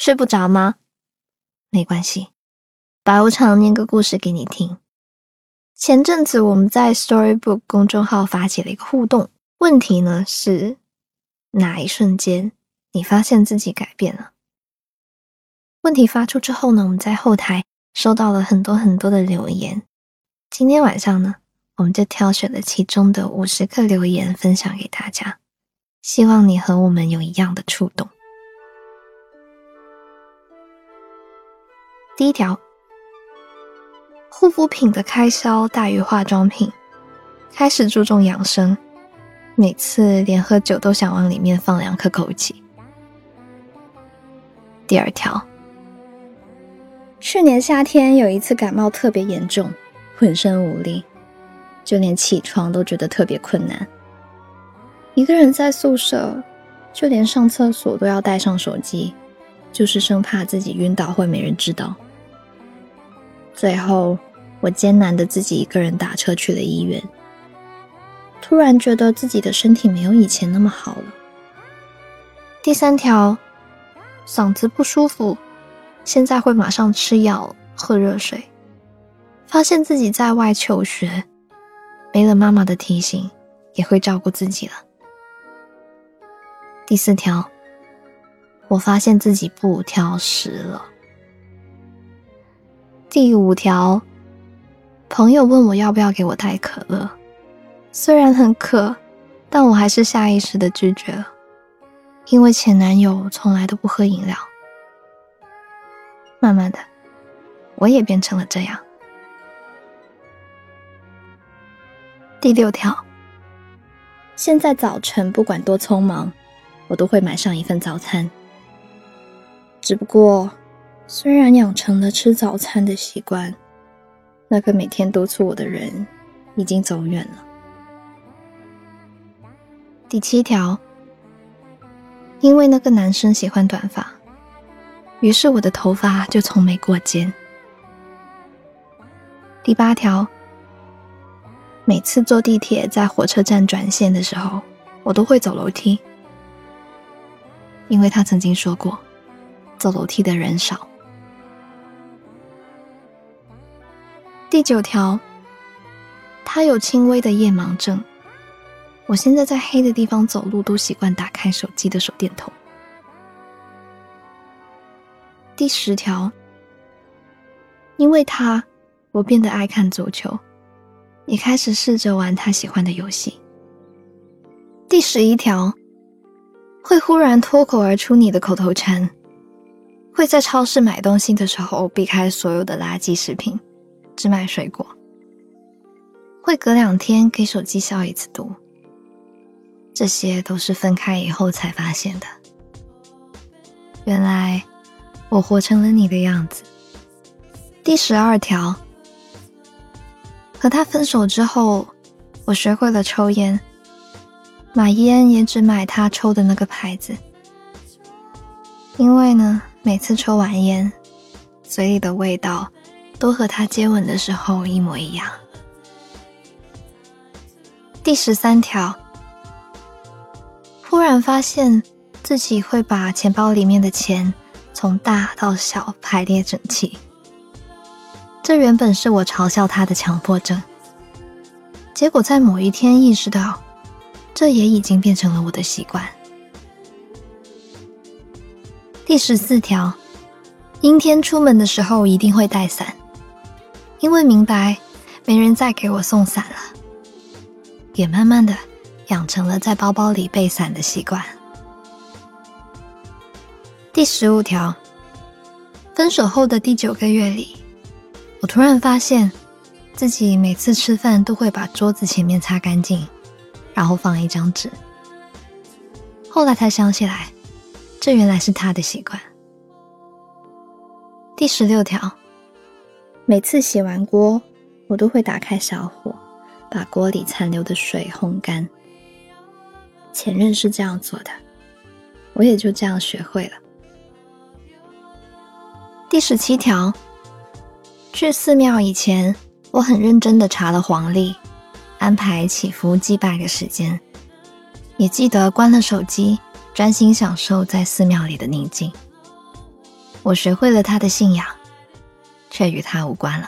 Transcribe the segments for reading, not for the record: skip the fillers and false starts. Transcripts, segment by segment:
睡不着吗？没关系，白无常念个故事给你听。前阵子我们在 Storybook 公众号发起了一个互动，问题呢是哪一瞬间你发现自己改变了？问题发出之后呢，我们在后台收到了很多的留言。今天晚上呢，我们就挑选了其中的50个留言分享给大家，希望你和我们有一样的触动。第一条，护肤品的开销大于化妆品，开始注重养生，每次连喝酒都想往里面放2颗枸杞。第二条，去年夏天有一次感冒特别严重，浑身无力，就连起床都觉得特别困难。一个人在宿舍，就连上厕所都要带上手机，就是生怕自己晕倒会没人知道。最后我艰难的自己一个人打车去了医院，突然觉得自己的身体没有以前那么好了。第三条，嗓子不舒服，现在会马上吃药喝热水，发现自己在外求学，没了妈妈的提醒，也会照顾自己了。第4条，我发现自己不挑食了。第5条，朋友问我要不要给我带可乐，虽然很渴，但我还是下意识地拒绝了，因为前男友从来都不喝饮料。慢慢的，我也变成了这样。第6条，现在早晨不管多匆忙，我都会买上一份早餐。只不过虽然养成了吃早餐的习惯，那个每天督促我的人已经走远了。第7条，因为那个男生喜欢短发，于是我的头发就从没过肩。第8条，每次坐地铁在火车站转线的时候，我都会走楼梯，因为他曾经说过，走楼梯的人少。第9条，他有轻微的夜盲症，我现在在黑的地方走路都习惯打开手机的手电筒。第10条，因为他，我变得爱看足球，也开始试着玩他喜欢的游戏。第11条，会忽然脱口而出你的口头禅，会在超市买东西的时候避开所有的垃圾食品，只买水果，会隔2天给手机消一次毒。这些都是分开以后才发现的。原来我活成了你的样子。第12条，和他分手之后，我学会了抽烟，买烟也只买他抽的那个牌子。因为呢，每次抽完烟，嘴里的味道都和他接吻的时候一模一样。第13条，忽然发现自己会把钱包里面的钱从大到小排列整齐。这原本是我嘲笑他的强迫症，结果在某一天意识到，这也已经变成了我的习惯。第14条，阴天出门的时候一定会带伞，因为明白没人再给我送伞了，也慢慢的养成了在包包里备伞的习惯。第15条，分手后的第9个月里，我突然发现自己每次吃饭都会把桌子前面擦干净，然后放一张纸。后来才想起来，这原来是他的习惯。第16条，每次洗完锅，我都会打开小火，把锅里残留的水烘干。前任是这样做的，我也就这样学会了。第17条，去寺庙以前，我很认真地查了黄历，安排祈福祭拜的时间，也记得关了手机，专心享受在寺庙里的宁静。 我学会了他的信仰，却与他无关了。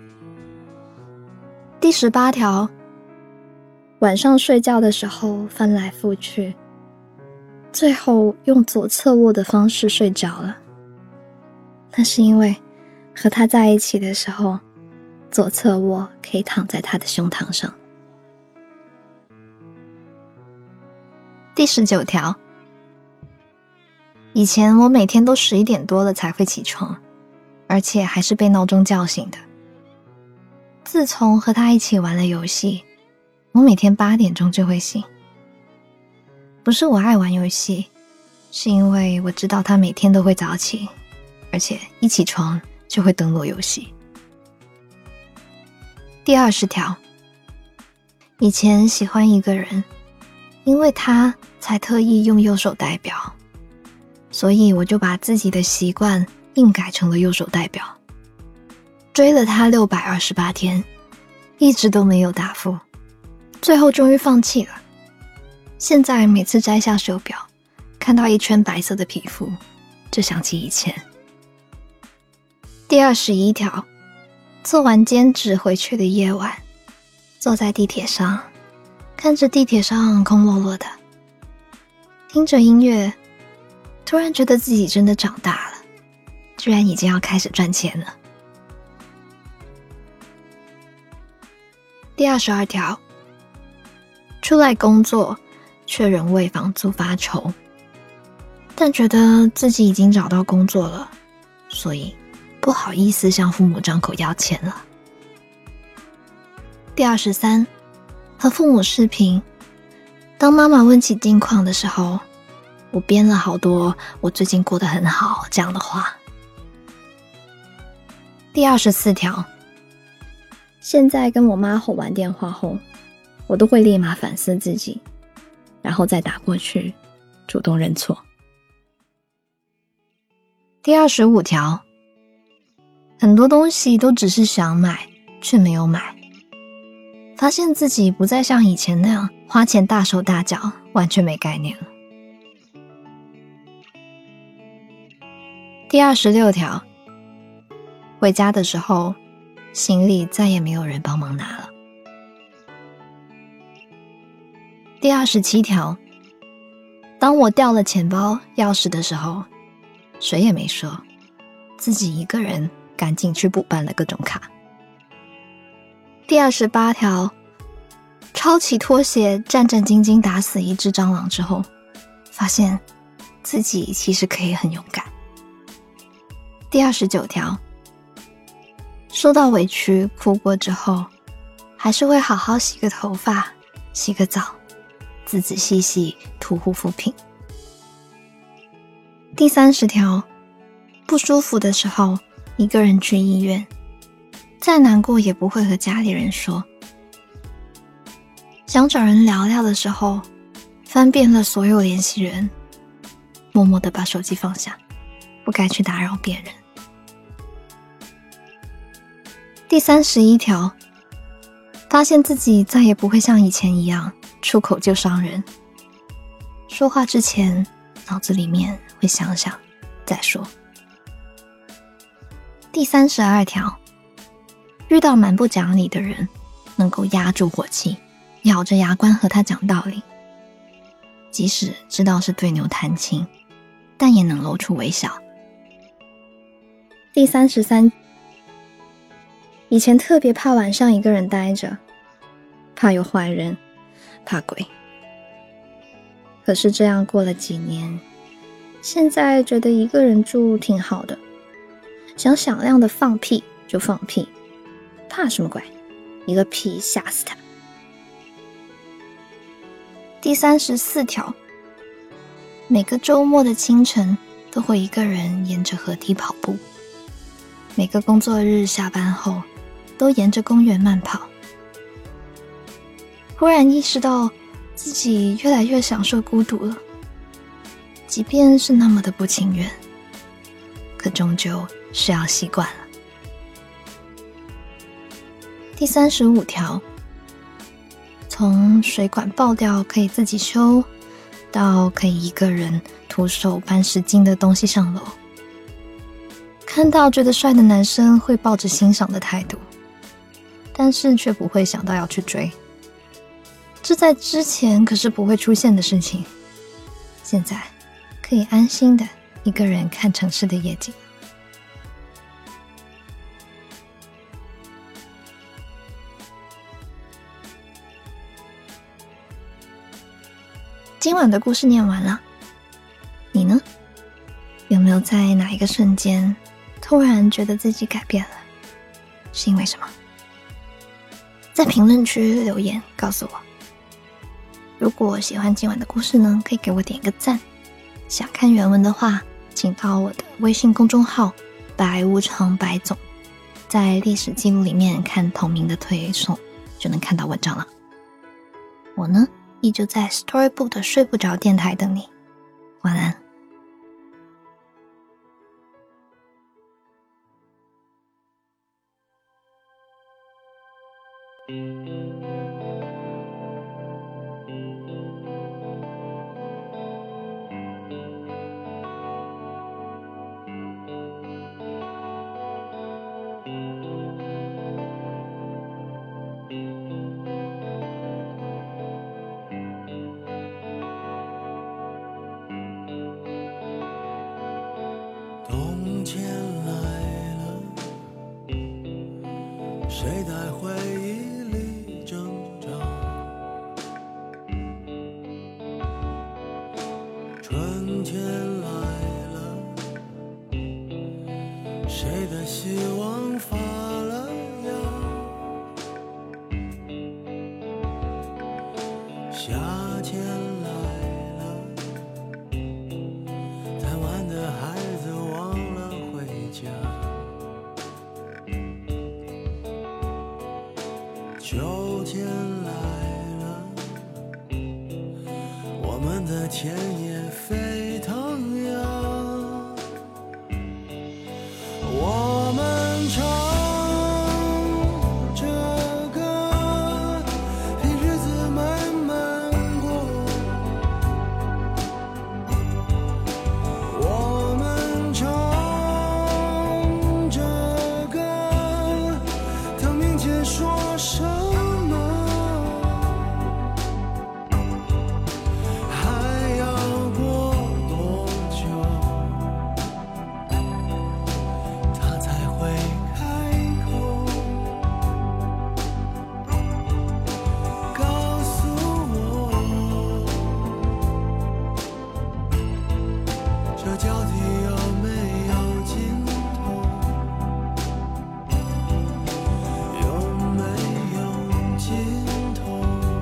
第18条，晚上睡觉的时候翻来覆去，最后用左侧卧的方式睡着了。那是因为和他在一起的时候，左侧卧可以躺在他的胸膛上。第19条，以前我每天都11点多了才会起床，而且还是被闹钟叫醒的。自从和他一起玩了游戏，我每天8点钟就会醒。不是我爱玩游戏，是因为我知道他每天都会早起，而且一起床就会登录游戏。第20条，以前喜欢一个人，因为他才特意用右手代表，所以我就把自己的习惯硬改成了右手代表。追了他628天，一直都没有答复，最后终于放弃了。现在每次摘下手表，看到一圈白色的皮肤，就想起以前。第21条，做完兼职回去的夜晚，坐在地铁上，看着地铁上空落落的，听着音乐，突然觉得自己真的长大了，居然已经要开始赚钱了。第22条，出来工作却仍为房租发愁，但觉得自己已经找到工作了，所以不好意思向父母张口要钱了。第23，和父母视频，当妈妈问起近况的时候，我编了好多我最近过得很好这样的话。第24条，现在跟我妈吼完电话后，我都会立马反思自己，然后再打过去，主动认错。第25条，很多东西都只是想买，却没有买，发现自己不再像以前那样花钱大手大脚，完全没概念了。第26条，回家的时候，行李再也没有人帮忙拿了。第27条，当我掉了钱包、钥匙的时候，谁也没说，自己一个人赶紧去补办了各种卡。第28条，抄起拖鞋战战兢兢打死一只蟑螂之后，发现自己其实可以很勇敢。第29条，受到委屈哭过之后，还是会好好洗个头发，洗个澡，仔仔细细涂护肤品。第30条，不舒服的时候一个人去医院，再难过也不会和家里人说。想找人聊聊的时候，翻遍了所有联系人，默默地把手机放下，不该去打扰别人。第31条，发现自己再也不会像以前一样出口就伤人，说话之前脑子里面会想想再说。第32条，遇到蛮不讲理的人，能够压住火气，咬着牙关和他讲道理，即使知道是对牛弹琴，但也能露出微笑。第33，以前特别怕晚上一个人待着，怕有坏人，怕鬼。可是这样过了几年，现在觉得一个人住挺好的，想响亮的放屁就放屁，怕什么鬼？一个屁吓死他。第34条，每个周末的清晨都会一个人沿着河堤跑步，每个工作日下班后都沿着公园慢跑。忽然意识到自己越来越享受孤独了，即便是那么的不情愿，可终究是要习惯了。第35条，从水管爆掉可以自己修，到可以一个人徒手搬10斤的东西上楼， 看到觉得帅的男生会抱着欣赏的态度，但是却不会想到要去追。这在之前可是不会出现的事情，现在可以安心的一个人看城市的夜景。今晚的故事念完了，你呢？有没有在哪一个瞬间突然觉得自己改变了？是因为什么？在评论区留言告诉我。如果喜欢今晚的故事呢，可以给我点一个赞。想看原文的话，请到我的微信公众号白无常白总，在历史记录里面看同名的推送就能看到文章了。我呢，依旧在 Storybook 的睡不着电台等你，晚安。 冬天来了，谁在回忆里挣扎？春天来了，谁的希望发了芽？夏天来了，贪玩的孩子忘了回家。秋天来了，我们的田野沸腾呀。我们唱着歌，凭日子慢慢过。我们唱着歌，等明天说什么，还要过多久，他才会开口告诉我，这交替有没有尽头，有没有尽头？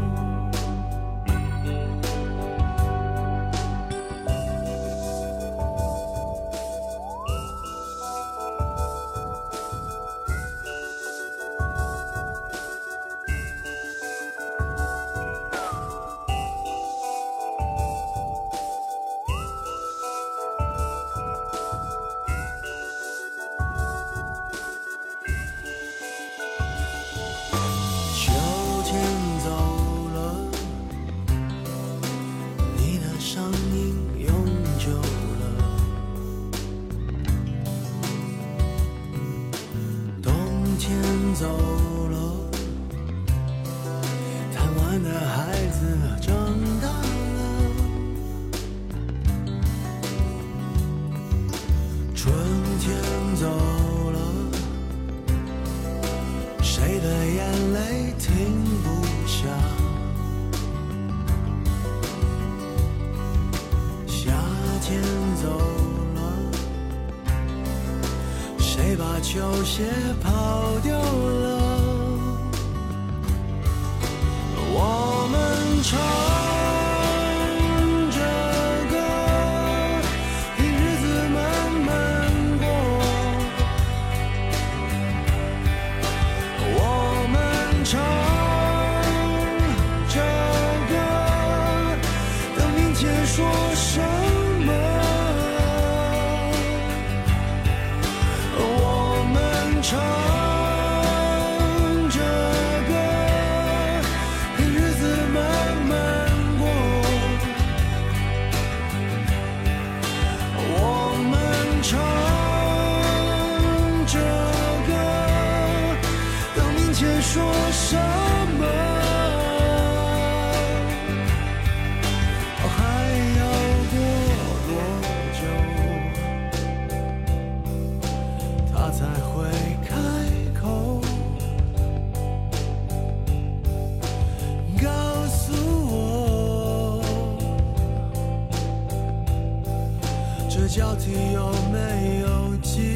秋天走了，你的声音永久了。冬天走了，贪玩的孩子长大了。春天走了，谁的眼泪停不下？夏天走了，谁把球鞋跑丢了？我们唱着歌，凭日子慢慢过。我们唱着歌，等明天说什么？我们唱着歌，凭日子慢慢底有没有机